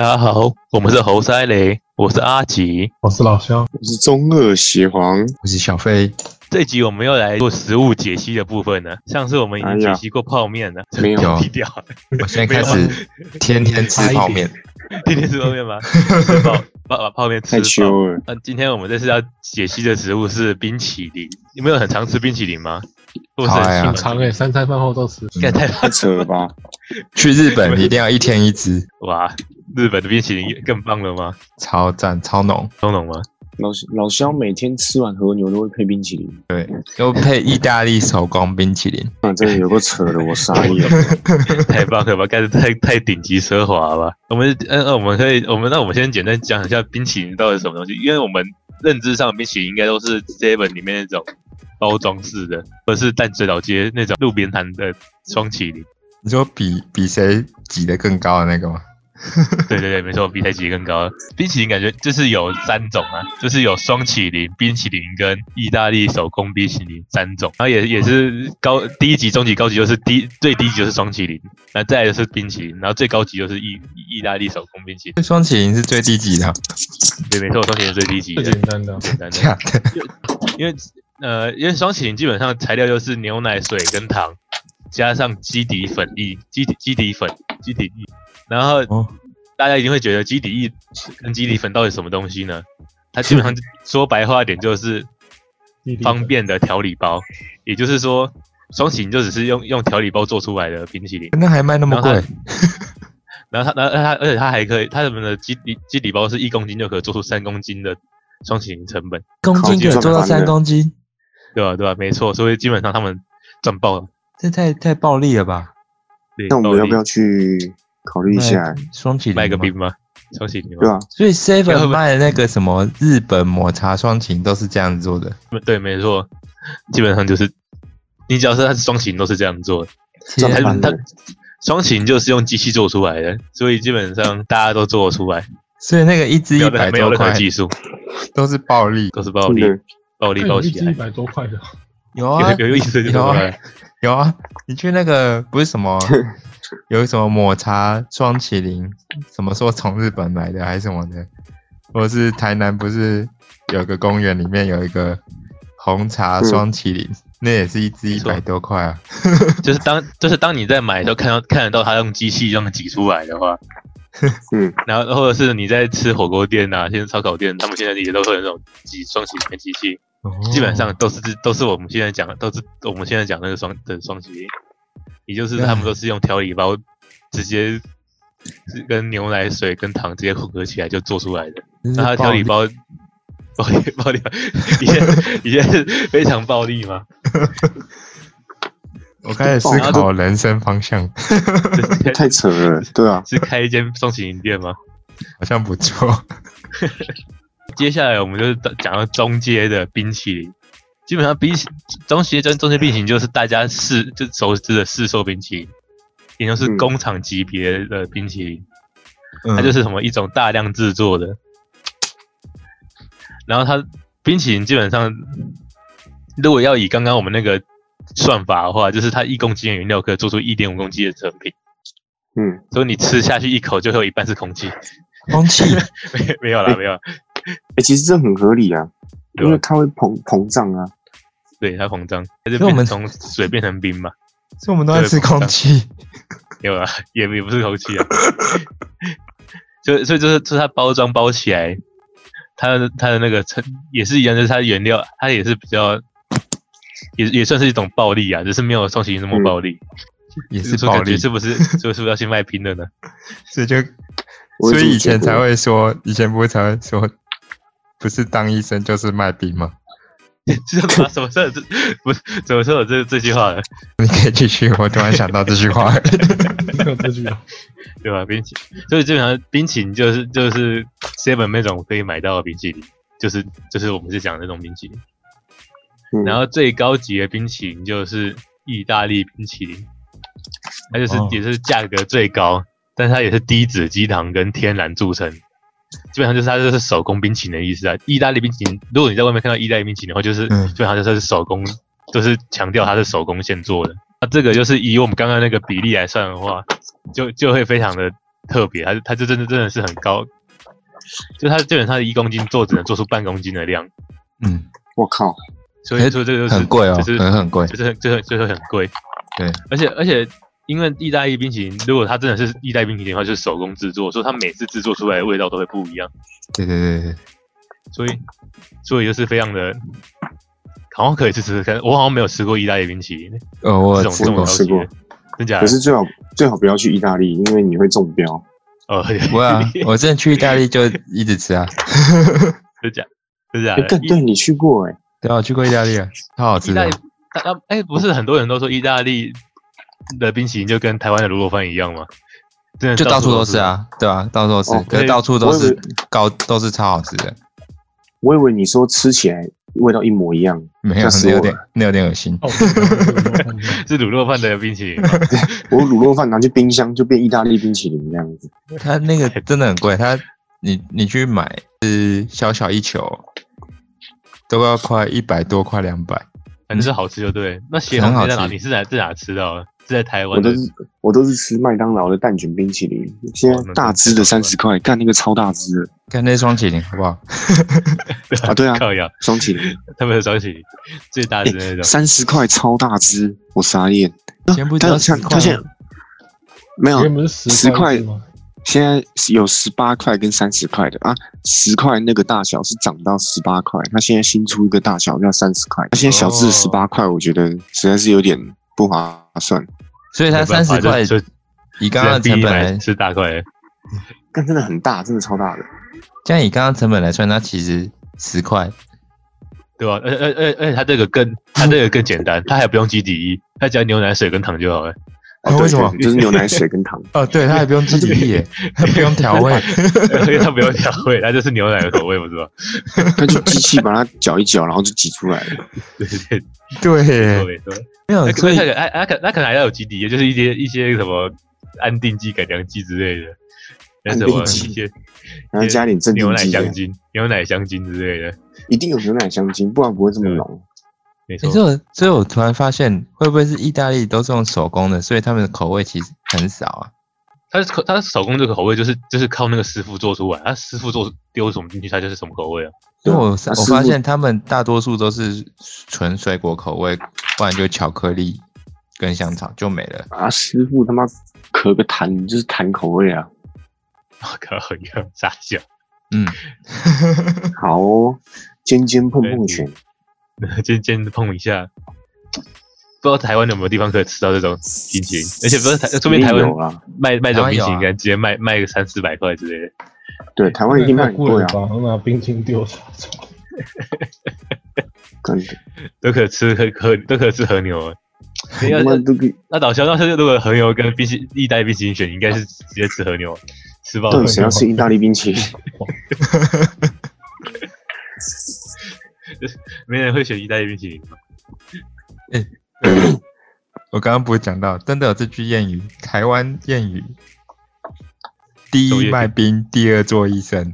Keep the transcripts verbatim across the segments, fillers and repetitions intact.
大家好，我们是猴塞雷，我是阿吉， 我是老肖， 我是中二邪皇， 我是小飞。 这一集我们又来做食物解析的部分了，像是我们已经解析过泡面了， 没有低调。 我现在开始天天吃泡面， 天天吃泡面吗？泡把把泡面吃太秋了。 那、啊、今天我们这次要解析的食物是冰淇淋，你们有很常吃冰淇淋吗？或是很很常诶，三餐饭后都吃， 应该太太扯了吧？ 去日本一定要一天一只， 哇！日本的冰淇淋更棒了吗？ 超赞超浓， 超浓吗？ 老老肖每天吃完和牛都会配冰淇淋， 对，都配意大利手工冰淇淋， 啊，真的有够扯的，我傻眼。 太棒了吧，该是太太顶级奢华了吧？我们嗯嗯，我们可以，我们那我们先简单讲一下冰淇淋到底是什么东西，因为我们认知上的冰淇淋应该都是 seven 里面那种包装式的，或者是淡水老街那种路边摊的双淇淋。 你说比比谁挤得更高的那个吗？ 对对对，没错，比谁挤得更高。冰淇淋感觉就是有三种啊，就是有双淇淋、冰淇淋跟意大利手工冰淇淋三种，然后也也是高第一级、中级、高级就是低最低级就是双淇淋，那再来就是冰淇淋，然后最高级就是意意大利手工冰淇淋。 双淇淋是最低级的、啊， 对，没错，双淇淋是最低级的， 最简单的， 简单的。 假的， 因为呃，因为双淇淋基本上材料就是牛奶、水跟糖，加上基底粉液、基底基底粉、基底液。然后、哦、大家一定会觉得基底液跟基底粉到底什么东西呢？它基本上说白话一点就是方便的调理包，也就是说双淇淋就只是用用调理包做出来的冰淇淋。 那还卖那么贵？ 然后它，然后它，而且它还可以，它们的基底基底包是一公斤就可以做出三公斤的双淇淋成本， 公斤可以做到三公斤， 对吧？对吧？没错，所以基本上他们赚爆了。 这太太暴利了吧？ 那我们要不要去考虑一下双淇淋卖个冰吗？双淇淋吗？ 对啊。 所以 seven 卖的那个什么日本抹茶双淇淋都是这样子做的。 对，没错，基本上就是你只要是它是双淇淋都是这样做的。它它双淇淋就是用机器做出来的，所以基本上大家都做得出来。 所以那个一支一百多块技术， 都是暴利， 都是暴利，暴利暴起来。 一百多块的， 有啊， 有有意思就有啊，有啊。你去那个不是什么有什么抹茶双淇淋，什么说从日本来的还是什么的，或者是台南不是有个公园里面有一个红茶双淇淋。嗯，那也是一支一百多块啊， 就是当就是当你在买的时候看到看得到它用机器这样挤出来的话，嗯，然后或者是你在吃火锅店啊，现在烧烤店，他们现在也都会有那种挤双淇淋机器，哦，基本上都是都是我们现在讲的，都是我们现在讲那个双的双淇淋，也就是他们都是用调理包直接跟牛奶、水跟糖直接混合起来就做出来的，那它调理包。暴力暴力，以前以前是非常暴力吗？ 我开始思考人生方向， 太扯了，对啊， 是开一间双淇淋店吗？ 好像不错。 接下来我们就是讲到中阶的冰淇淋，基本上冰中阶跟中阶冰淇淋就是大家市就熟知的市售冰淇淋，也就是工厂级别的冰淇淋，嗯，它就是什么一种大量制作的。然后它冰淇淋基本上，如果要以刚刚我们那个算法的话，就是它一公斤的原料可以做出 一点五公斤的成品。嗯，所以你吃下去一口就会有一半是空气。 空气？ 没没有啦，没有啦。 哎、欸，其实这很合理啊，因为它会膨膨胀啊。 对，它膨胀，它就变从水变成冰嘛。 所以我们都在吃空气。 没有啦，也也不是空气啊。就所以就是就是它包装包起来。它的它的那个成也是一样，就是它的原料，它也是比较，也也算是一种暴利啊，只是没有双淇淋那么暴利， 嗯、也是暴利， 是不是？所以是不是要去卖冰的呢？ 所以就，所以以前才会说，以前不会才会说，不是当医生就是卖冰吗？ 是吗？什么时候这不是怎么说有这这句话了？ 你可以继续，我突然想到这句话， 没有这句话。 对吧？冰淇淋，所以基本上冰淇淋就是就是 seven 那种可以买到的冰淇淋，就是就是我们是讲的那种冰淇淋。嗯、然后最高级的冰淇淋就是意大利冰淇淋，它就是、哦、也是价格最高，但是它也是低脂基糖跟天然铸成，基本上就是它就是手工冰淇淋的意思啊。意大利冰淇淋，如果你在外面看到意大利冰淇淋的话，就是、嗯、基本上就是手工，就是强调它是手工现做的。那这个就是以我们刚刚那个比例来算的话。就就会非常的特别，它它就真的真的是很高，就它基本上一公斤做只能做出半公斤的量。 嗯， 我靠， 所以说这个就是很贵哦， 就是很很贵， 就是就是就是很贵。 对， 而且而且因为意大利冰淇淋，如果它真的是意大利冰淇淋的话，就是手工制作，所以它每次制作出来的味道都会不一样。 对对对对， 所以所以就是非常的，好像可以试试看。我好像没有吃过意大利冰淇淋， 哦，我这种这种吃过， 真假的？ 可是最好最好不要去意大利，因为你会中标。 哦， 不会啊，我之前去意大利就一直吃啊， 真假真假的？哎，对你去过哎？ 对啊，我去过意大利啊，超好吃的。 大家哎，不是很多人都说意大利的冰淇淋就跟台湾的卤肉饭一样吗？真的就到处都是啊，对啊，到处都是，可是到处都是高，都是超好吃的。 我以为你说吃起来味道一模一样， 没有，那有点那有点恶心。 是卤肉饭的冰淇淋吗？ 我卤肉饭拿去冰箱就变意大利冰淇淋这样子。 它那个真的很贵，它你你去买是小小一球，都要快一百多，快两百。 反正是好吃就对。那血红在哪？你是在在哪吃到的？是在台湾？ 我都是我都是吃麦当劳的蛋卷冰淇淋，现在大只的三十块，干那个超大只的， 干那双淇淋好不好？ 啊，对啊，双淇淋， 他们的双淇淋最大的那种， 三十块超大只，我傻眼。 先不讲十块， 他现在没有十块，现在有十八块跟三十块的啊，十块那个大小是涨到十八块，他现在新出一个大小叫三十块，他现在小只的十八块，我觉得实在是有点不划算。 所以它三十块，以刚刚的成本来吃大块， 但真的很大，真的超大的。 这样以刚刚成本来算，它其实十块， 对吧？而而而而且它这个更，它这个更简单，它还不用基底液，它只要牛奶、水跟糖就好了。 哦，为什么？就是牛奶、水跟糖。 哦，对，它还不用基底液，它不用调味， 所以它不用调味，它就是牛奶的口味，不是吗？ 它就机器把它搅一搅，然后就挤出来了。 对对对， 没错。 没有， 所以它可它它可它可能还要有基底液，就是一些一些什么安定剂、改良剂之类的，那什么一些， 然后加点镇定剂、 牛奶香精、牛奶香精之类的， 一定有牛奶香精，不然不会这么浓。 没错， 所以所以我突然发现，会不会是意大利都是用手工的，所以他们的口味其实很少啊？ 他是他手工这个口味就是就是靠那个师傅做出来，他师傅做丢什么进去，他就是什么口味啊。 因为我我发现他们大多数都是纯水果口味，不然就巧克力跟香草就没了。 啊，师傅他妈壳个痰就是痰口味啊！ 我靠，一个傻笑。 嗯， 好哦，尖尖碰碰拳。 尖尖碰一下，不知道台湾有没有地方可以吃到这种冰淇淋，而且不是台，说明台湾卖卖这种冰淇淋，应该直接卖卖个三四百块之类的。 对，台湾一定卖很贵啊！ 拿冰淇淋丢沙洲， 真的都可吃和和都可吃和牛啊！那导销，那是如果和牛跟冰淇意大利冰淇淋选，应该是直接吃和牛，吃饱了。 对，谁要吃意大利冰淇淋？ 没人会选意大利冰淇淋吗？ 欸、我刚刚不会讲到，真的有这句谚语，台湾谚语：第一卖冰，第二做医生。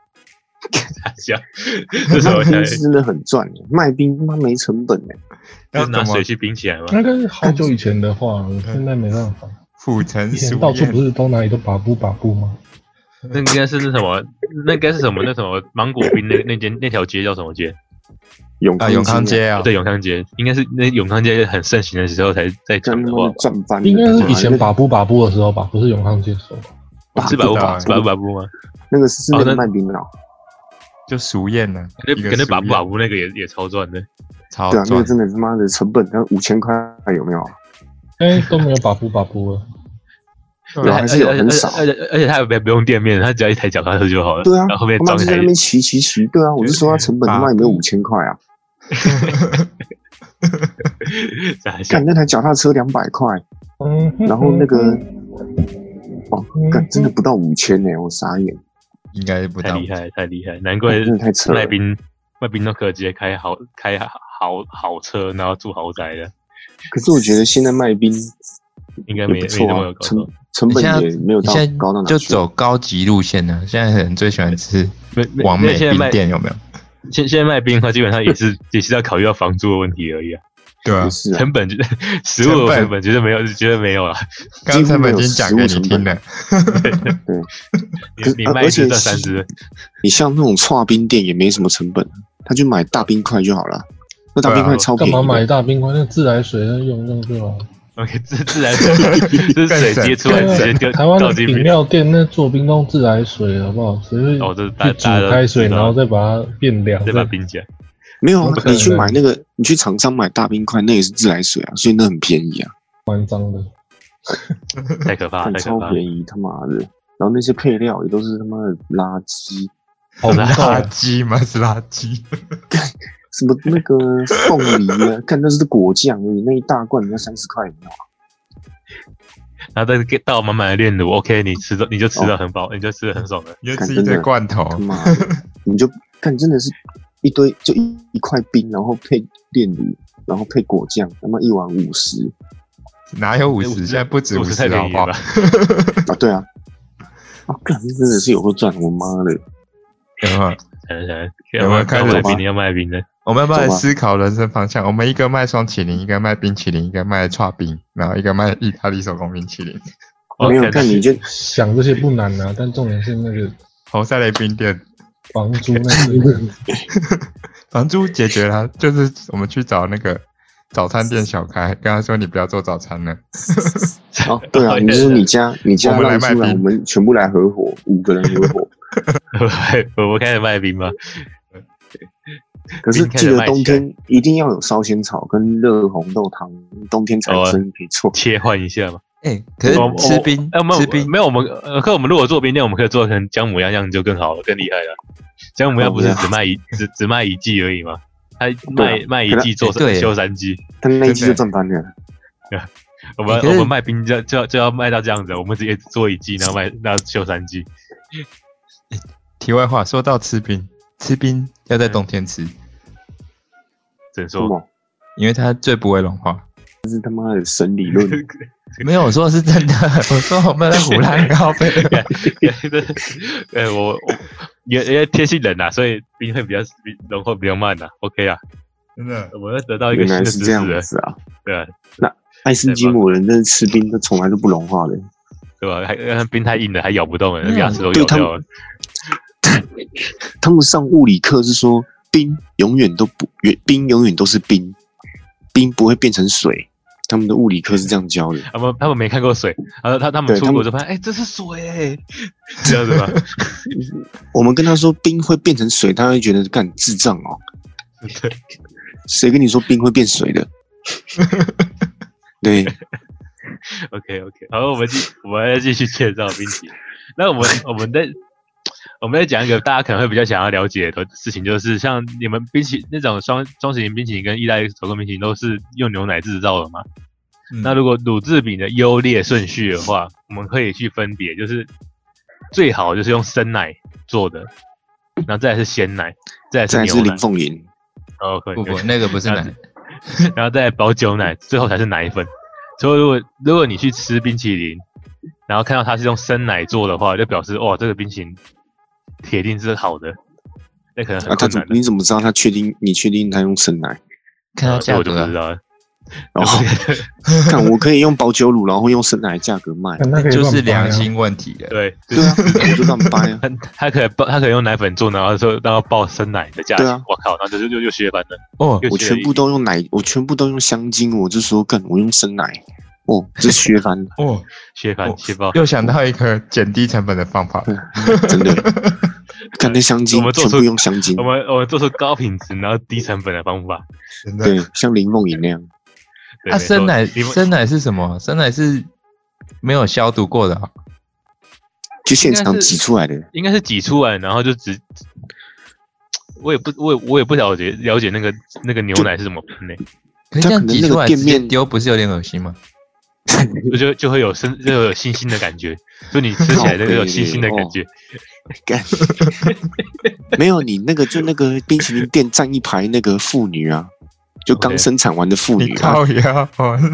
这时候卖冰是真的很赚，卖冰他妈没成本哎，就是拿水去冰起来吗？ 那个是好久以前的话，现在没办法。 府城以前到处不是都哪里都把布把布吗？ 那应该是那什么？那应该是什么？那什么芒果冰那那间那条街叫什么街？ 永啊，永康街啊， 对，永康街应该是那永康街很盛行的时候才在讲的话， 赚翻。 应该是以前把布把布的时候吧，不是永康街的时候吧？ 是把布把把布把布吗？ 那个是那个卖冰佬， 就熟宴呢。 可能把布把布那个也也超赚的， 超对啊，那个真的他妈的成本，那五千块有没有？ 哎，都没有把布把布了。 对啊，还是有很少， 而且而且他也不用店面，他只要一台脚踏车就好了。 对啊， 然后后面装一台。在那边骑骑骑，对啊，我是说他成本他妈也没有五千块啊。干那台脚踏车两百块，然后那个哦，干真的不到五千呢，我傻眼。 应该不到。 太厉害，太厉害，难怪真的太扯了。 卖冰卖冰都可以直接开好开好好车，然后住豪宅的。 可是我觉得现在卖冰。 应该没没那么高， 成成本也没有到高到哪去， 就走高级路线呢。现在人最喜欢吃完美冰店，有没有？ 现现在卖冰的话，基本上也是也是要考虑到房租的问题而已啊。 对啊， 是啊， 成本食物的成本绝对没有，绝对没有了。 刚刚成本已经讲给你听了。 对， 你你卖一只这三只， 你像那种剉冰店也没什么成本，他就买大冰块就好了。那大冰块超便宜。 干嘛买大冰块？那自来水那用用就好。 OK， 自自来水，这水接出来直接丢。 台湾的饮料店那做冰都用自来水，好不好？只是哦，这去煮开水，然后再把它变凉， 再把冰起来。 没有啊，你去买那个，你去厂商买大冰块，那也是自来水啊，所以那很便宜啊。 蛮脏的， 太可怕了， 超便宜，他妈的！然后那些配料也都是他妈的垃圾， 垃圾吗？是垃圾。 什么那个凤梨啊，看那是果酱而已，那一大罐要三十块，你知道吗？ 然后再给倒满满的炼乳 ，OK， 你吃的你就吃的很饱，哦、你就吃的很爽了。 你就吃一堆罐头， 他妈的，你就看真的是一堆就一一块冰，然后配炼乳，然后配果酱，他妈一碗五十， 哪有五十？现在不止五十， 太便宜了吧？ 啊，对啊，啊，干真的是有够赚，我妈的！ 有没有？ 有没有开始冰？你要卖冰的？ 我们要不要来思考人生方向？我们一个卖双淇淋，一个卖冰淇淋，一个卖剉冰，然后一个卖意大利手工冰淇淋。 没有看你就想这些不难啊，但重点是那个侯赛雷冰店房租那个房租解决了，就是我们去找那个早餐店小开，跟他说你不要做早餐了。 哦，对啊，你就说你家你家我们来卖冰， 我们全部来合伙，五个人合伙。 我我开始卖冰吗？ 可是记得冬天一定要有烧仙草跟热红豆汤，冬天才有生意可以做。 切换一下嘛。 哎、欸，可是吃冰， 哎、欸， 吃冰没有我们，呃，可我们如果做冰店，我们可以做成姜母鸭，这样就更好了，更厉害了。姜母鸭不是只卖一、哦、只只卖一季而已吗？他卖、啊、卖一季做三休三季， 他那一季就赚翻了。 对，我们我们卖冰就就就要卖到这样子，我们直接做一季，然后卖然后休三季。 题外话，说到吃冰，吃冰要在冬天吃。 怎说？ 因为它最不会融化。 这是他妈的神理论。 没有，我说的是真的。我说我们在胡乱高飞。 呃，我我也因为天气冷啊，所以冰会比较融化比较慢啊。OK 啊， 真的， 我们要得到一个新的知识。 原来是这样子啊。 对啊。 那爱斯基摩人真的吃冰都从来都不融化的。 对吧？还冰太硬了，还咬不动了，牙齿都咬掉了。 他们上物理课是说，冰永远都不冰永远都是冰，冰不会变成水。他们的物理课是这样教的。 他们他们没看过水，然后他他们出国就发现，哎、欸，这是水、欸，这样子吗？ 我们跟他说冰会变成水，他会觉得干智障哦。 对， 谁跟你说冰会变水的？对。 OK OK， 好，我们继我们要继续介绍冰淇淋。那我们我们在我们在讲一个大家可能会比较想要了解的事情，就是像你们冰淇那种双双淇淋冰淇淋跟意大利手工冰淇淋都是用牛奶制造的嘛？嗯、那如果乳制品的优劣顺序的话，我们可以去分别，就是最好就是用生奶做的，然后再来是鲜奶，再来是牛奶， 再来是林凤营。 哦，可以， 不不，那个不是奶， 然后再来保酒奶，最后才是奶粉。所以如果如果你去吃冰淇淋，然后看到它是用生奶做的话，就表示哇，这个冰淇淋铁定是好的。那可能很困难、啊、 你怎么知道他确定？你确定他用生奶？ 看他价格、啊， 我就不知道了。 然后看我可以用保酒乳，然后用生奶价格卖， 就是良心问题的。 对对啊，我就乱掰啊。 他可以爆，他可以用奶粉做，然后说然后报生奶的价钱。 对啊， 我靠，然后就就就削翻了。 哦，我全部都用奶，我全部都用香精，我就说干，我用生奶。哦，这削翻了。 哦，削翻削爆。 又想到一个减低成本的方法， 真的。看那香精，全部用香精。 我们我们做出高品质然后低成本的方法。 对，像林凤营那样。 啊，生奶生奶是什么？生奶是没有消毒过的、啊， 就现场挤出来的。 应该是挤出来，然后就只，我也不我也我也不了解了解那个那个牛奶是怎么拼的。 可是这样挤出来直接丢，不是有点恶心吗？ 就就会有生就有腥腥的感觉，就你吃起来就有腥腥的感觉。 干，没有你那个就那个冰淇淋店站一排那个妇女啊。就刚生产完的妇女、啊， 靠腰，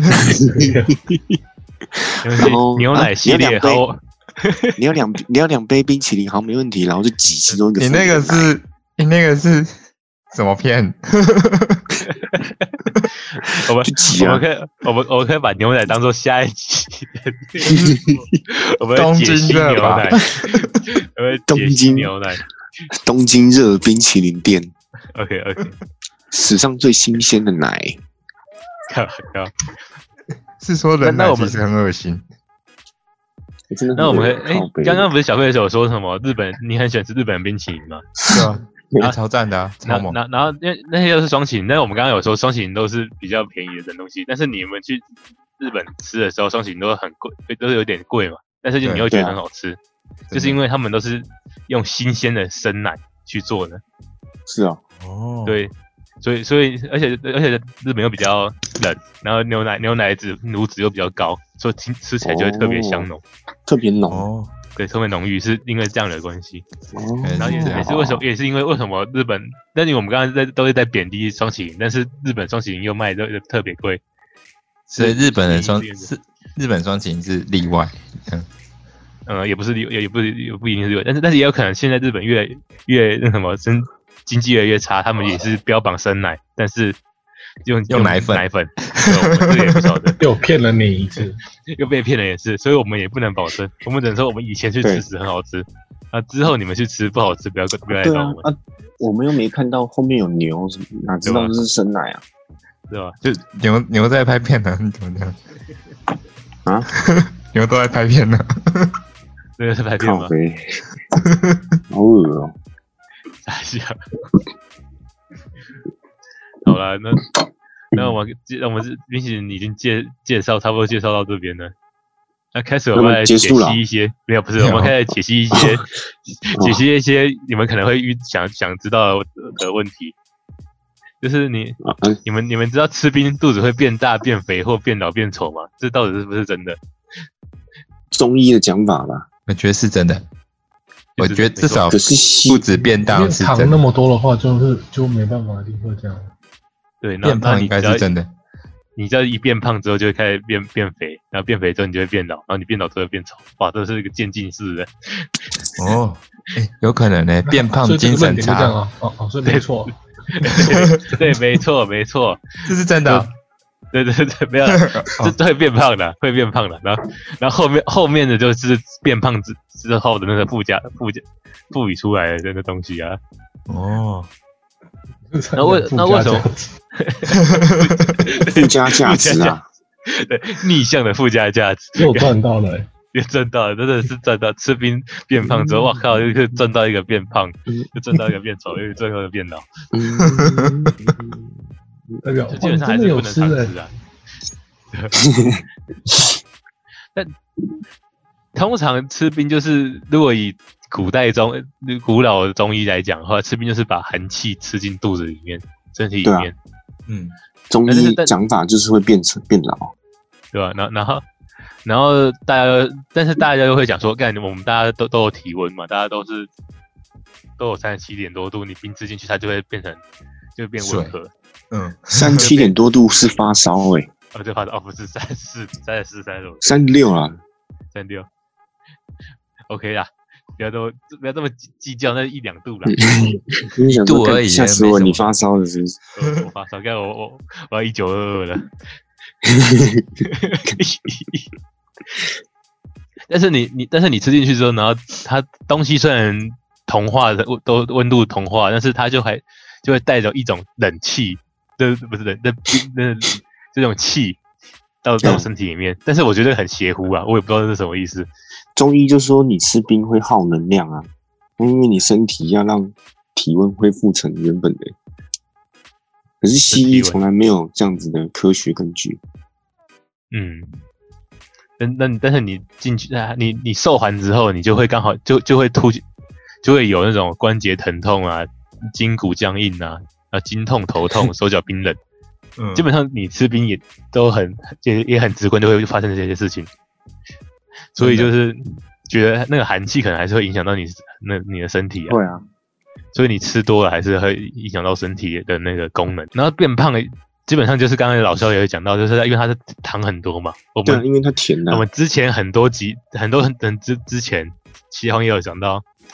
然后牛奶系列， 然后你要两你要两杯冰淇淋，好没问题，然后就挤其中一个。 你那个是你那个是什么片？ 我们挤啊我们可以我们我们可以把牛奶当做下一集的我们东京解析热吧牛奶，我们东解析京牛奶。 东京热冰淇淋店， OK OK， 史上最新鲜的奶。 靠靠。 是说人那那我们奶其实很恶心。 真的很那我们可以哎靠，北刚刚不是小贝有说什么日本？你很喜欢吃日本冰淇淋吗？ 对啊， 啊超赞的啊，超猛。 然后然后然后因为那些都是双淇淋，但是我们刚刚有说双淇淋都是比较便宜的东西，但是你们去日本吃的时候，双淇淋都很贵，都是有点贵嘛，但是就你又觉得很好吃，就是因为他们都是用新鲜的生奶去做的。 是啊， 哦， 对，所以所以而且而且日本又比较冷，然后牛奶牛奶脂乳脂又比较高，所以吃吃起来就会特别香浓， 特别浓。 哦， 对，特别浓郁，是因为这样的关系。 哦然后也是也是为什么也是因为为什么日本，但是我们刚刚在都是在贬低双淇淋，但是日本双淇淋又卖的特别贵， 所以日本的双是是日本双淇淋是例外。嗯， 呃，也不是也也不是也不一定是例外，但是但是也有可能现在日本越越那什么生经济越来越差，他们也是标榜生奶，但是用用奶粉奶粉，对我们这个也不晓得。 又骗了你一次。 又被骗了也是，所以我们也不能保证，我们只能说我们以前去吃时很好吃，啊之后你们去吃不好吃，不要不要来对啊找我们， 啊，我们又没看到后面有牛，哪知道这是生奶啊？ 对吧？ 就牛牛在拍片呢，你怎么这样？ 啊？ 牛都在拍片呢。 这个是排片吗？ 靠北，好恶哦、 傻笑。好了，那那我们那我们是冰淇淋已经介介绍差不多介绍到这边了。那开始我们来解析一些，没有不是，我们开始解析一些解析一些你们可能会遇想想知道的的问题，就是你啊嗯你们你们知道吃冰肚子会变大、变肥或变老、变丑吗？这到底是不是真的？ 中医的讲法吧。 我觉得是真的，我觉得至少可是西肚子变大因为是真的， 糖那么多的话，就是就没办法一定会这样。 对，那变胖应该是真的。 的。 你只要一变胖之后，就会开始变变肥，然后变肥之后你就会变老，然后你变老之后变丑，哇，这是一个渐进式的。 哦，哎，有可能呢，变胖所以这精神个论点就这样差， 啊，哦哦，所以没错。 对，没错，没错， 这是真的啊。 对对对，没有啦，这这会变胖的，会变胖的。然后，然后后面后面的就是变胖之之后的那个附加附加赋予出来的那个东西啊。 哦， 那为那为什么附加价值啊？ 对，逆向的附加价值， 又赚到了、欸？ 又赚到了，真的是赚到吃冰变胖之后，哇靠，又赚到一个变胖，又赚到一个变丑，又赚到一个变老。 嗯代表就基本上还是不能常吃啊。但通常吃冰就是，如果以古代中古老的中医来讲的话，吃冰就是把寒气吃进肚子里面、身体里面， 嗯， 中医讲法就是会变成变老， 对吧？然后然后然后大家，但是大家又会讲说，干我们大家都都有体温嘛，大家都是都有三十七点多度，你冰吃进去，它就会变成就会变温和。 嗯， 三七点多度是发烧哎、欸， 哦，这发烧哦，不是三四三十四三十五三六啊， 三六 ，OK 啦，不要这么不要这么计计较那一两度啦。 你想说度而已吓死我，你发烧了是不是？ 我我发烧，看我我我要一九二二了。但是你你但是你吃进去之后，然后它东西虽然同化的都温度同化，但是它就还就会带着一种冷气。这不是冷，那那这种气到到身体里面，但是我觉得很邪乎啊，我也不知道这是什么意思。 中医就说你吃冰会耗能量啊，因为你身体要让体温恢复成原本的。可是西医从来没有这样子的科学根据。 嗯，但但但是你进去，你你受寒之后，你就会刚好就就会突就会有那种关节疼痛啊、筋骨僵硬啊。啊，筋痛、头痛、手脚冰冷，嗯，基本上你吃冰也都很也也很直观，就会发生这些事情。所以就是觉得那个寒气可能还是会影响到你那你的身体啊。 对啊， 所以你吃多了还是会影响到身体的那个功能。然后变胖，基本上就是刚才老肖也有讲到，就是因为它的糖很多嘛。我们对、啊，因为它甜啊。 我们之前很多集很多很之之前，齐宏也有讲到。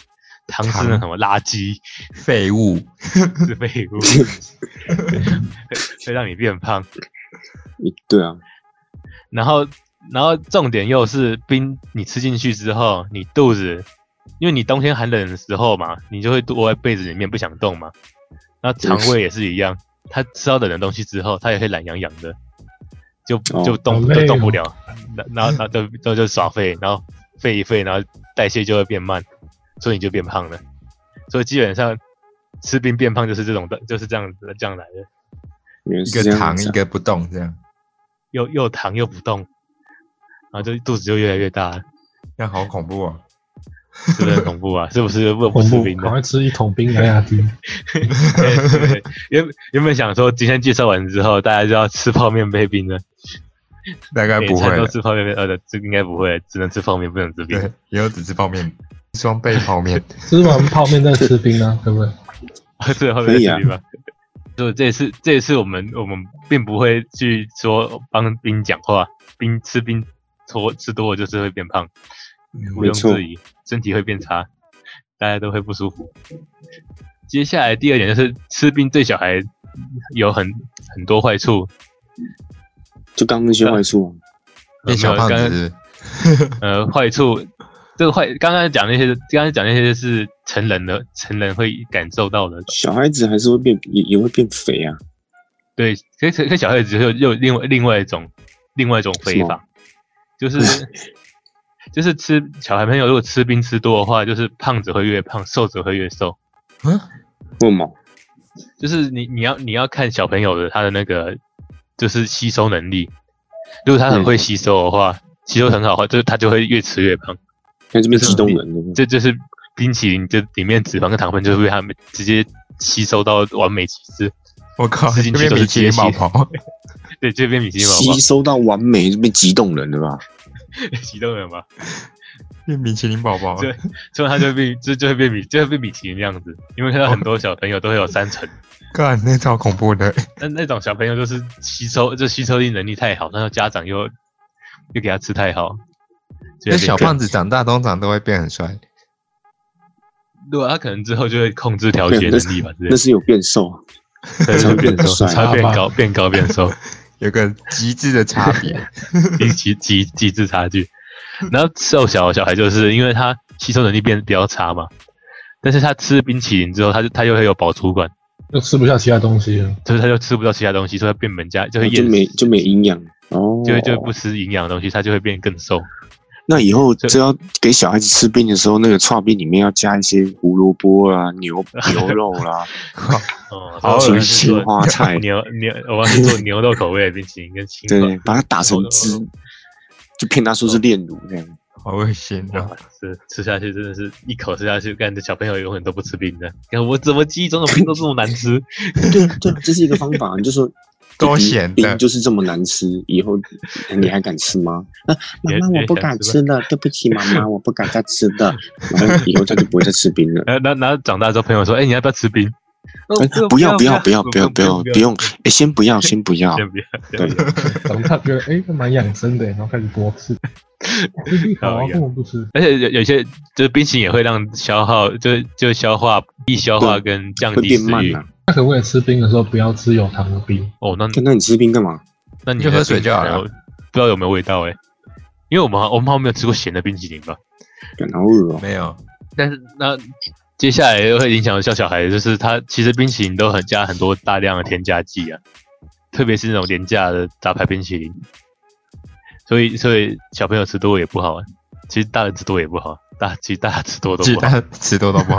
糖是那什么垃圾、 废物， 是废物，会让你变胖。 对啊， 然后，然后重点又是冰，你吃进去之后，你肚子，因为你冬天寒冷的时候嘛，你就会躲在被子里面不想动嘛。然后肠胃也是一样，它吃到冷的东西之后，它也会懒洋洋的，就就动、 哦、 就动不了，然后然后就就就耍废，然后废一废，然后代谢就会变慢，所以你就变胖了。所以基本上吃冰变胖就是这种的，就是这样这样来的， 一个糖一个不动这样。 又又糖又不动，然后就肚子就越来越大了， 那好恐怖啊！ 是不是很恐怖啊？是不是不不吃冰的？ 赶快吃一桶冰压压惊。 原原本想说今天介绍完之后，大家就要吃泡面配冰了， 大概不会。 都吃泡面，呃，这应该不会，只能吃泡面，不能吃冰。 对，以后只吃泡面，双倍泡面。 吃完泡面再吃冰啊，对不对？ 对，后面再吃冰吧。就这次，这一次我们我们并不会去说帮冰讲话，冰吃冰多吃多了就是会变胖，毋庸置疑，身体会变差，大家都会不舒服。接下来第二点就是吃冰对小孩有很很多坏处， 就刚那些坏处， 变小胖子。 呃，坏处这个坏，刚刚讲那些，刚刚讲那些是成人的，成人会感受到的。 小孩子还是会变，也也会变肥啊。 对，可可可小孩子又又另外另外一种另外一种肥法，就是就是吃小孩朋友如果吃冰吃多的话，就是胖子会越胖，瘦子会越瘦。 嗯， 为什么？ 就是你你要你要看小朋友的他的那个就是吸收能力，如果他很会吸收的话，嗯、吸收很好的话，就是他就会越吃越胖。 看这边激动人， 这就是冰淇淋，就里面脂肪跟糖分就会被他们直接吸收到完美极致。 我靠，这边米其林宝宝， 对，这边米其林宝宝吸收到完美，就变激动人了吧？ 激动人吧？ 变米其林宝宝， 对，所以他就会变，就就会变米，就会变米其林这样子。因为看到很多小朋友都会有三层， 干，那超恐怖的。 那那种小朋友就是吸收，就吸收力能力太好，然后家长又又给他吃太好。 那小胖子长大通常都会变很帅。 对啊，他可能之后就会控制调节能力吧， 那是有变瘦， 对，是变瘦，才变高，变高变瘦， 有个极致的差别， 极极极致差距。然后瘦小的小孩就是因为他吸收能力变比较差嘛，但是他吃冰淇淋之后，他就他又会有饱足感， 就吃不下其他东西了， 所以他就吃不到其他东西，所以他变本加就会就没就没营养哦， 就就不吃营养的东西，他就会变更瘦。 那以后只要给小孩子吃冰的时候，那个剉冰里面要加一些胡萝卜啦、牛牛肉啦， 哦， 好青青花菜， 牛牛，我要去做牛肉口味的冰淇淋跟青花， 对，把它打成汁，就骗他说是炼乳这样。 好恶心啊！ 是吃下去真的是一口吃下去，干这小朋友永远都不吃冰的。看我怎么记忆中的冰都这么难吃？ 对对，这是一个方法，你就说。 多咸的冰就是这么难吃，以后你还敢吃吗？啊，妈妈我不敢吃了，对不起妈妈，我不敢再吃的。然后以后他就不会再吃冰了。 然后然后长大之后，朋友说：“哎、欸，你要不要吃冰？” 哦、不要不要不要不要不要不用，哎、欸，先不要先不要， 先不要。 对， 长大觉得哎，这蛮养生的，然后开始多吃。好啊，为什么不吃？ 而且有有些就是冰淇淋也会让消耗，就就消化易消化跟降低食欲。 那可不可以吃冰的时候不要吃有糖的冰？ 哦，那那你吃冰干嘛？ 那你就喝水就好了。 不知道有没有味道哎、欸？因为我们我们好像没有吃过咸的冰淇淋吧？ 好恶哦。 没有。 但是那接下来又会影响到小孩，就是他其实冰淇淋都很加很多大量的添加剂啊，特别是那种廉价的杂牌冰淇淋。所以所以小朋友吃多也不好，其实大人吃多也不好。大其实大家吃多都不好， 吃多都不好。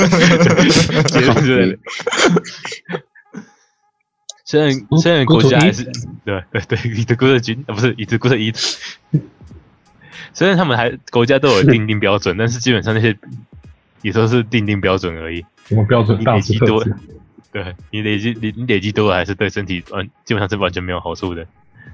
虽然虽然国家还是对对对，以德国的军啊不是以德国的一，虽然他们还国家都有定定标准，但是基本上那些也都是定定标准而已。 什么标准？ 你累积多，对你累积你你累积多了还是对身体完基本上是完全没有好处的。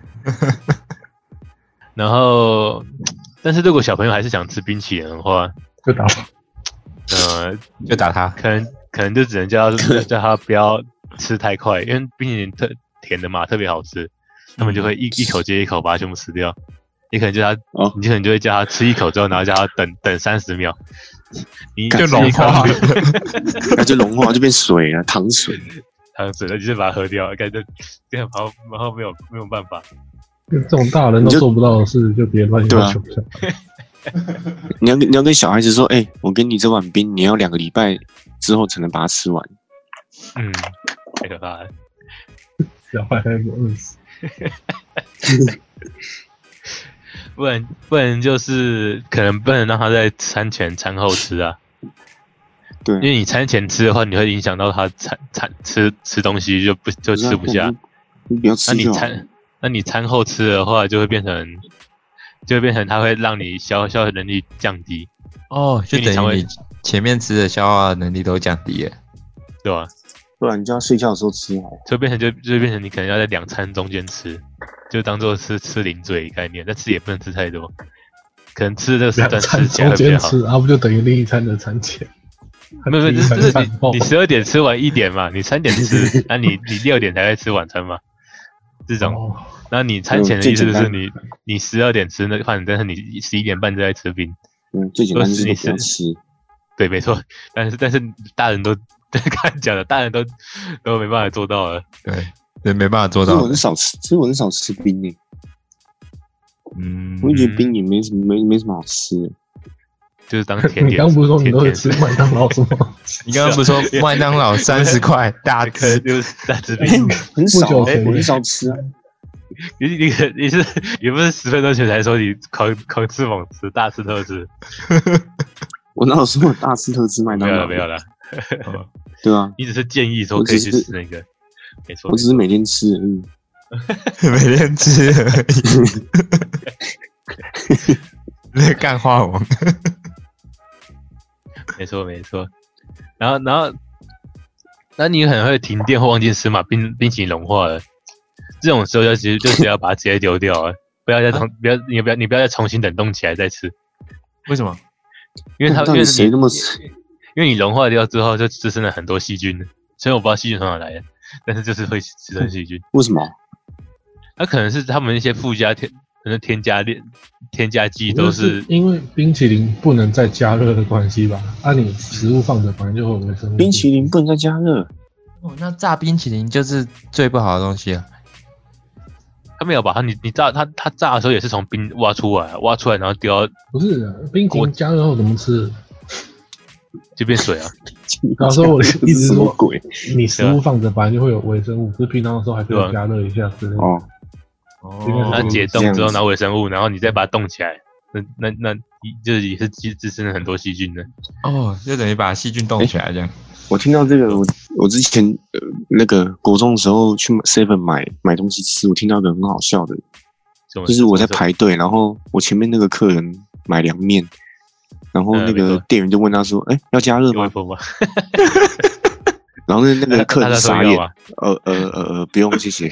然后。但是如果小朋友还是想吃冰淇淋的话， 就打他， 呃， 就打他， 可能可能就只能叫他叫他不要吃太快，因为冰淇淋特甜的嘛，特别好吃，他们就会一一口接一口把它全部吃掉。你可能叫他，哦、你可能就会叫他吃一口之后，然后叫他等等三十秒， 你就融化了， 那就融化就变水了，糖水。 糖水，那就是把它喝掉，感觉这样然后然后没有没有办法。 这种大人都做不到的事，就别乱要求小孩。 你要你要跟小孩子说，哎、欸，我给你这碗冰，你要两个礼拜之后才能把它吃完。 嗯，太可怕了。 小孩还不饿死。 不然不然就是可能不能让他在餐前餐后吃啊。 对， 因为你餐前吃的话，你会影响到他餐餐吃吃东西就不就吃不下。 你不要吃就好。 那你餐那你餐后吃的话，就会变成就会变成它会让你消消化能力降低。 哦，就等于你前面吃的消化能力都降低了， 对吧？ 不然你就要睡觉的时候吃好。 就变成就就变成你可能要在两餐中间吃，就当做是吃零嘴概念，但吃也不能吃太多，可能吃这个时段吃起来会比较好。 吃啊，不就等于另一餐的餐前？ 没有没有，就是你你十二点吃完一点嘛，你三点吃，那、啊、你你六点才会吃晚餐嘛，这种。哦，那你餐前的意思就是你你十二点吃那个饭，但是你十一点半就在吃冰。 嗯，最简单就是你不要吃。 对，没错。但是但是大人都看讲的，大人都都没办法做到了。 对，对，没办法做到。 其实我很少吃，其实我很少吃冰诶。嗯，我觉得冰也没什么没没什么好吃的。 就是当甜点。 你刚不是说你都会吃麦当劳什么？ 你刚刚不是说麦当劳三十块大只， 就是大只冰， 很少，我很少吃啊。 你你你是也不是十分钟前才说你狂狂吃猛吃大吃特吃？ 我哪有说我大吃特吃麦当劳？ 没有了，没有了。 对啊， 你只是建议说可以去吃那个，没错。 我只是每天吃，嗯， 每天吃而已。那干话王。 没错没错，然后然后，那你可能会停电或忘记吃嘛，冰冰淇淋融化了，这种时候就其实就只要把它直接丢掉了，不要再重、啊、不要你不要你不要再重新冷冻起来再吃。 为什么？ 因为它因为谁那么因为你融化掉之后就滋生了很多细菌，所以我不知道细菌从哪来的，但是就是会滋生细菌。 为什么？ 它可能是他们一些附加添可能添加添添加剂都是因为冰淇淋不能再加热的关系吧？啊，你食物放着本来就会有微生物。 冰淇淋不能再加热。 哦，那炸冰淇淋就是最不好的东西啊。 他没有吧？他你你炸他他炸的时候也是从冰挖出来，挖出来然后丢到。 不是冰淇淋加热后怎么吃？ 就变水啊！ 然后说我的意思是说， 鬼， 你食物放着本来就会有微生物，只是平常的时候还可以加热一下之类的。 哦。 哦，它解冻之后拿微生物，然后你再把它冻起来，那那那就是也是滋生了很多细菌的。 哦，就等于把细菌冻起来这样。 我听到这个，我我之前呃那个国中的时候去 seven 买买东西吃，我听到一个很好笑的，就是我在排队，然后我前面那个客人买凉面，然后那个店员就问他说：“哎、欸，要加热吗？”然后那那个客人傻眼，呃呃呃呃，不用谢谢。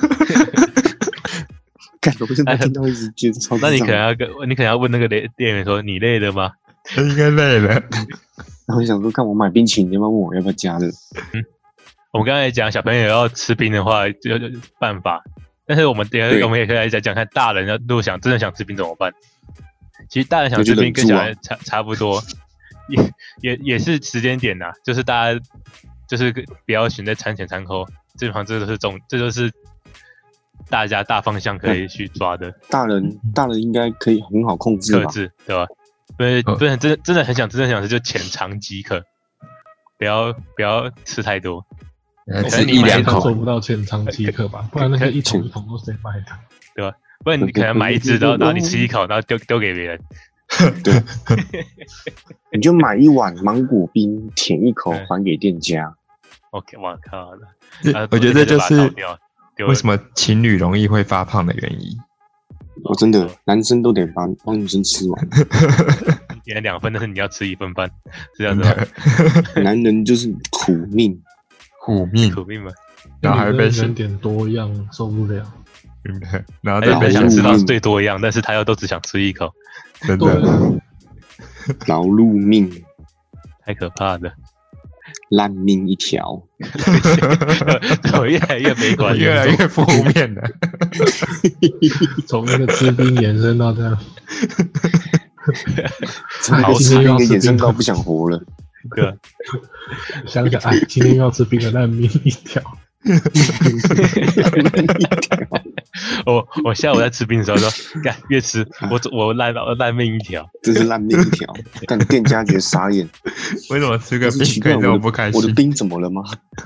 我现在听到一直觉得超。 那你可能要跟你可能要问那个店员说：“你累了吗？” 他应该累了。 然后想说，看我买冰淇淋，你要不要问我要不要加热？ 嗯，我们刚才讲小朋友要吃冰的话，就就办法。但是我们等下我们也可以来讲讲看，大人要如果想真的想吃冰怎么办？其实大人想吃冰跟小孩差差不多，也也也是时间点呐，就是大家就是不要选在餐前餐后，基本上这都是重，这就是大家大方向可以去抓的。 大人大人应该可以很好控制吧？ 克制对吧？不是不是真的真的很想真的想吃就浅尝即可，不要不要吃太多。 吃一两口做不到浅尝即可吧？不然那些一桶一桶都谁买的？ 对吧？不然你可能买一支，然后然后你吃一口，然后丢丢给别人。 对，你就买一碗芒果冰，舔一口还给店家。 OK， 我靠！ 我觉得这就是为什么情侣容易会发胖的原因。 我、哦、真的，男生都得帮帮女生吃完。 给了两份，但是你要吃一份半，是这样子吗？ 男人就是苦命， 苦命， 苦命嘛。 然后还被人点多样，受不了。 然后再被想吃到最多样，但是他又都只想吃一口， 真的。 劳碌命， 太可怕了。 烂命一条， 我越来越悲观， 越来越负面了。 从那个吃冰延伸到这样， 好吃冰跟衍生到不想活了。 对、啊， 想想哎，今天又要吃冰的烂命一条。 我我下午在吃冰的时候说，干越吃我我烂我烂命一条， 这是烂命一条。但店家觉得傻眼， 为什么吃个冰可以这么不开心？ 我的冰怎么了吗？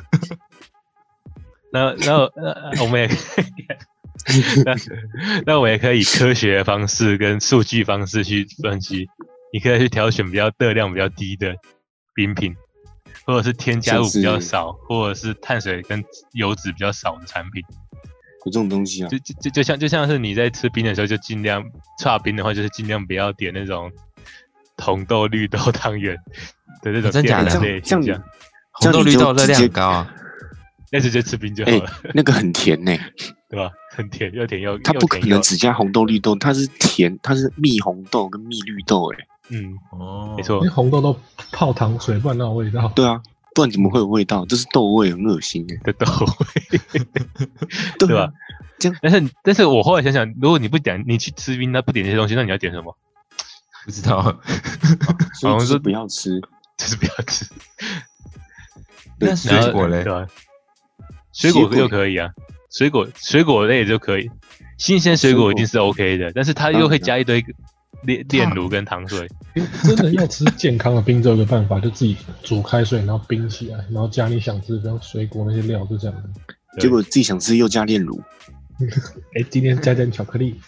然后然后呃我们也那那我们也可以以科学的方式跟数据方式去分析，你可以去挑选比较热量比较低的冰品。或者是添加物比较少，或者是碳水跟油脂比较少的产品， 有这种东西啊？ 就就就像就像是你在吃冰的时候，就尽量剉冰的话，就是尽量不要点那种红豆绿豆汤圆的那种真假的类型。这样红豆绿豆热量很高啊， 那直接吃冰就好了。 欸、那个很甜呢、欸， 对吧？很甜又甜又它不可能只加红豆绿豆，它是甜，它是蜜红豆跟蜜绿豆、欸，哎。 嗯， 哦， 没错， 因为红豆都泡糖水，不然那有味道。 对啊，不然怎么会有味道？这是豆味，很恶心的豆味， 对, 对吧？ 这样， 但是但是我后来想想，如果你不点，你去吃冰，那不点这些东西，那你要点什么？ 不知道， 好像是不要吃， 就是不要吃。 那水果嘞？ 对吧？水果又可以啊，水果水果类就可以，新鲜水果一定是 OK 的，但是它又会加一堆。炼炼乳跟糖水， 真的要吃健康的冰，只有一个办法，就自己煮开水，然后冰起来，然后加你想吃的水果那些料，就这样。 结果自己想吃又加炼乳， 哎、欸，今天加点巧克力，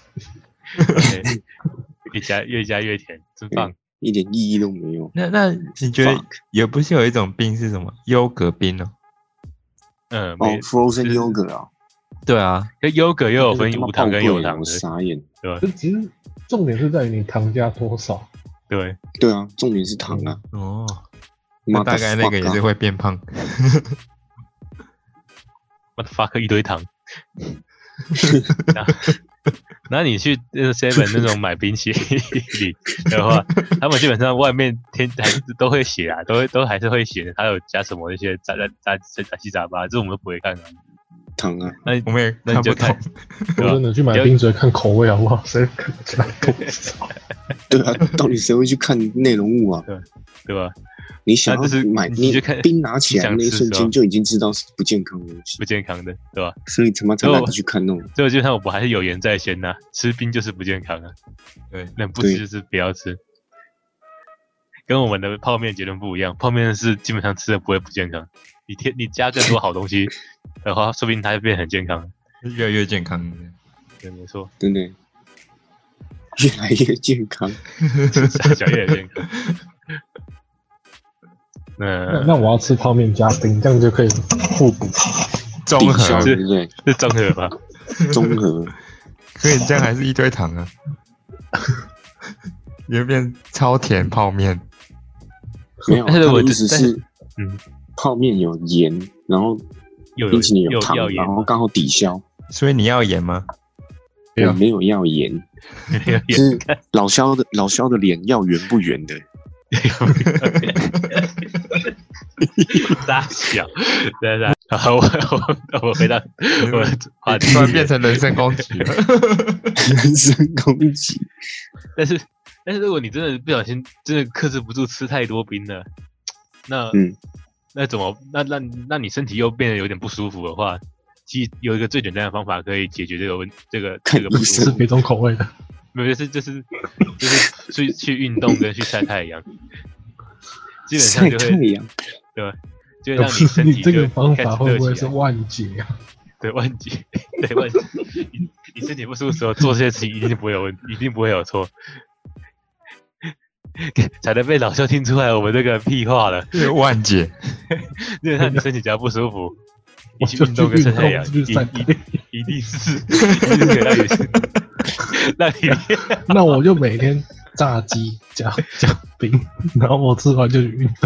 越加越加越甜，真棒， 一点意义都没有。 那那你觉得也不是有一种冰是什么优格冰哦？ 嗯， 哦 ，frozen yogurt 啊， 对啊， 优格又有分无糖跟有糖的， 傻眼， 对吧？ 其实重点是在于你糖加多少。 对对啊，重点是糖啊。 哦，那大概那个也是会变胖。 What the fuck 一堆糖。那你去那个 seven 那种买冰淇淋的话，他们基本上外面添还是都会写啊，都会都还是会写，还有加什么那些杂杂杂杂七杂八，这我们都不会看啊。 糖啊， 那我们也看不懂。 我真的去买冰水看口味好不好？谁看加多少？ 对啊，到底谁会去看内容物啊？ 对对吧？ 你想要买， 你冰拿起来那一瞬间就已经知道是不健康的东西， 不健康的，对吧？ 所以他妈才懒得去看那种。 所以基本上我还是有言在先呐、啊，吃冰就是不健康啊， 对， 那不吃就是不要吃。跟我们的泡面结论不一样，泡面是基本上吃的不会不健康，你添你加更多好东西的话，说不定它会变很健康， 越来越健康。 对，没错， 真的越来越健康， 小越来越健康。 那那我要吃泡面加冰，这样就可以互补， 综合， 对不对？ 是综合吧？ 综合， 可以这样还是一堆糖啊？你会变超甜泡面？ 没有，他的意思是， 嗯， 泡面有盐，然后冰淇淋有糖，然后刚好抵消。 所以你要盐吗？ 没有，没有要盐，是老萧的老萧的脸要圆不圆的。 大小，对对，好，我我我回到我话题， 突然变成人身攻击了， 人身攻击。 但是但是如果你真的不小心，真的克制不住吃太多冰了，那嗯， 那怎么那那那你身体又变得有点不舒服的话，其实有一个最简单的方法可以解决这个问这个这个不舒服， 是别种口味的。 没有，就是就是就是去去运动跟去晒太阳，基本上就会晒太阳， 对吧？就会让你身体这个方法会不会是万劫啊？ 对，万劫，对万劫。你你身体不舒服的时候做这些事情一定不会有问，一定不会有错，才能被老肖听出来我们这个屁话了。 万劫， 基本上你身体只要不舒服，你去运动跟晒太阳，一一一定是一定可以让你。那你那我就每天炸鸡加加冰，然后我吃完就去运动。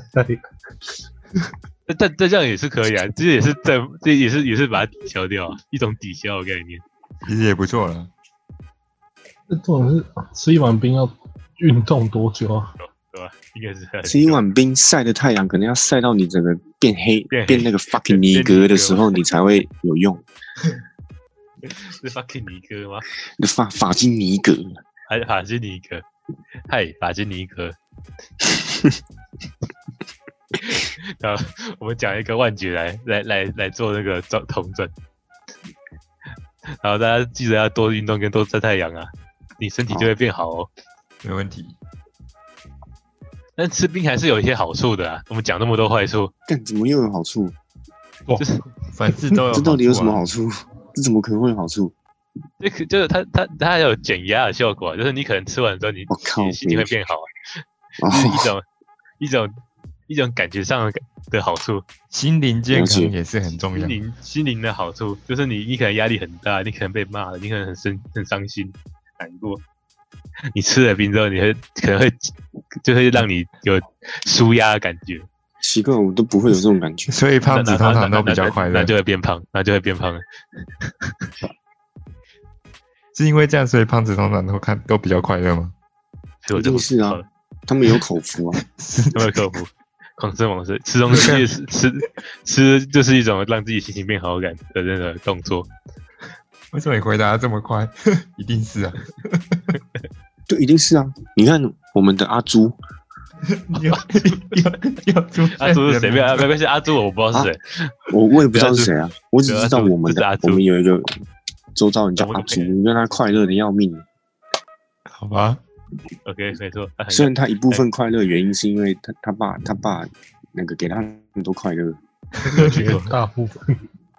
但但这样也是可以啊，这也是在这也是也是把它抵消掉啊，一种抵消的概念， 其实也不错了。 这重点是吃一碗冰要运动多久啊？ 对吧？应该是吃一碗冰晒的太阳，可能要晒到你整个变黑、 变, 变那个 fucking 尼格的时候，你才会有用。 是 fucking 尼哥吗？ 法法金尼格， 还是法金尼格？ 嗨，法金尼格。然后我们讲一个万劫来来来来做那个统整。然后大家记得要多运动跟多晒太阳啊，你身体就会变好哦。 没问题。 但吃冰还是有一些好处的啊，我们讲那么多坏处， 但怎么又有好处？ 就是凡事都有好处、啊。 这到底有什么好处？这怎么可能会有好处？ 这个就是它它它还有减压的效果、啊，就是你可能吃完之后你， 你你心情会变好、啊， 哦、 就是一种一种一种感觉上的的好处。 心灵健康也是很重要。 心灵心灵的好处就是你你可能压力很大，你可能被骂了，你可能很生很伤心难过。你吃了冰之后，你会可能会就会让你有舒压的感觉。 奇怪，我都不会有这种感觉。 所以胖子通常都比较快乐， 那就会变胖，那就会变胖了。 是因为这样，所以胖子通常都看都比较快乐吗？ 一定是啊，他们有口福啊， 他们有口福，狂吃猛吃，吃东西吃吃吃就是一种让自己心情变好感的那个动作。 为什么你回答这么快？一定是啊， 对，一定是啊。你看我们的阿朱， 有有有猪， 阿朱是谁？没有没关系，阿朱我不知道是谁、 啊，我我也不知道是谁啊，我只知道我们的我们有一个周遭人叫阿朱，让他快乐的要命。 好吧 ，OK， 没错。 虽然他一部分快乐原因是因为他他爸他爸那个给他很多快乐， 大部分。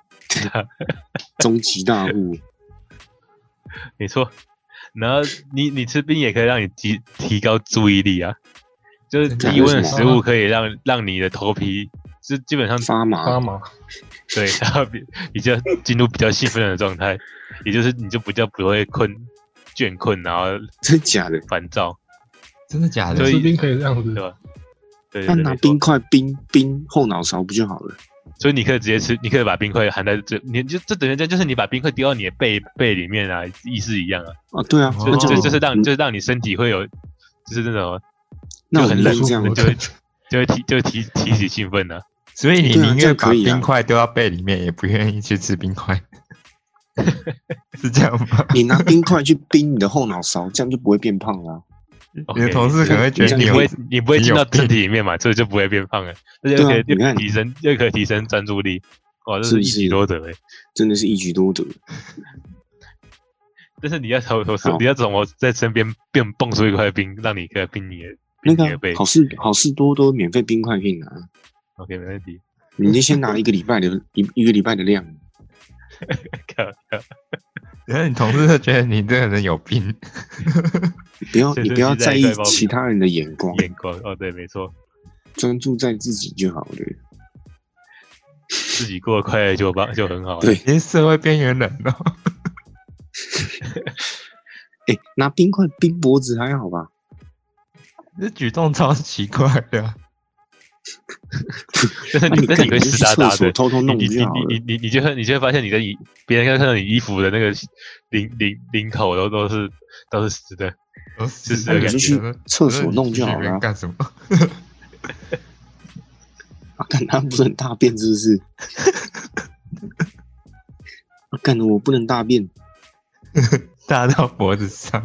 终极大户， 没错。然后你你吃冰也可以让你提提高注意力啊，就是低温的食物可以让让你的头皮就基本上发麻发麻， 对，然后比比较进入比较兴奋的状态，也就是你就比较不会困倦困，然后真的假的烦躁， 真的假的？ 吃冰可以这样子， 对吧？对， 那拿冰块冰冰后脑勺不就好了？ 所以你可以直接吃，你可以把冰块含在这，你就这等于就是你把冰块丢到你的背背里面啊，意思一样啊。 啊，对啊， 就就就是让就是让你身体会有，就是那种就很冷， 这样就会就会提就会提提起兴奋啊。 所以你宁愿把冰块丢到背里面，也不愿意去吃冰块，是这样吗？ 你拿冰块去冰你的后脑勺，这样就不会变胖了、啊。 你的同事可能会觉得你不会你不会进到身体里面嘛，所以就不会变胖了。而且又可以又提升又可以提升专注力，哇，这是一举多得哎、欸！ 真的是一举多得。 但是你要投投你要怎么在身边变蹦出一块冰，让你可以冰你的那个好事好事多多免费冰块可以拿。 OK， 没问题。 你就先拿一个礼拜的一一个礼拜的量。 靠靠！ 然后你同事就觉得你这个人有病。 不要你不要在意其他人的眼光。 眼光哦，对，没错。 专注在自己就好了。 自己过得快乐就棒就很好。 对， 你是社会边缘人哦。 哎、欸，拿冰块冰脖子还好吧？ 这举动超奇怪的、啊。 但是你但是你会湿哒哒的， 偷偷弄你你你你你就会你就会发现你的衣，别人看到你衣服的那个领领领口都都是都是湿的，湿湿的感觉。 去厕所弄就好了。 干什么？ 啊，看他不能大便是不是？啊，干我不能大便， 大到脖子上。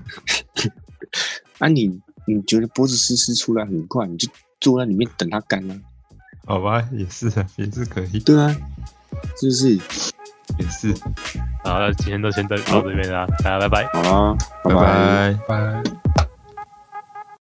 啊你，你觉得脖子湿湿出来很快，你就坐在里面等它干啊？ 好吧，也是啊，也是可以。 对啊，是不是？ 也是。 好，那今天就先到到这边啦，大家拜拜。 好啦，拜拜拜。 拜。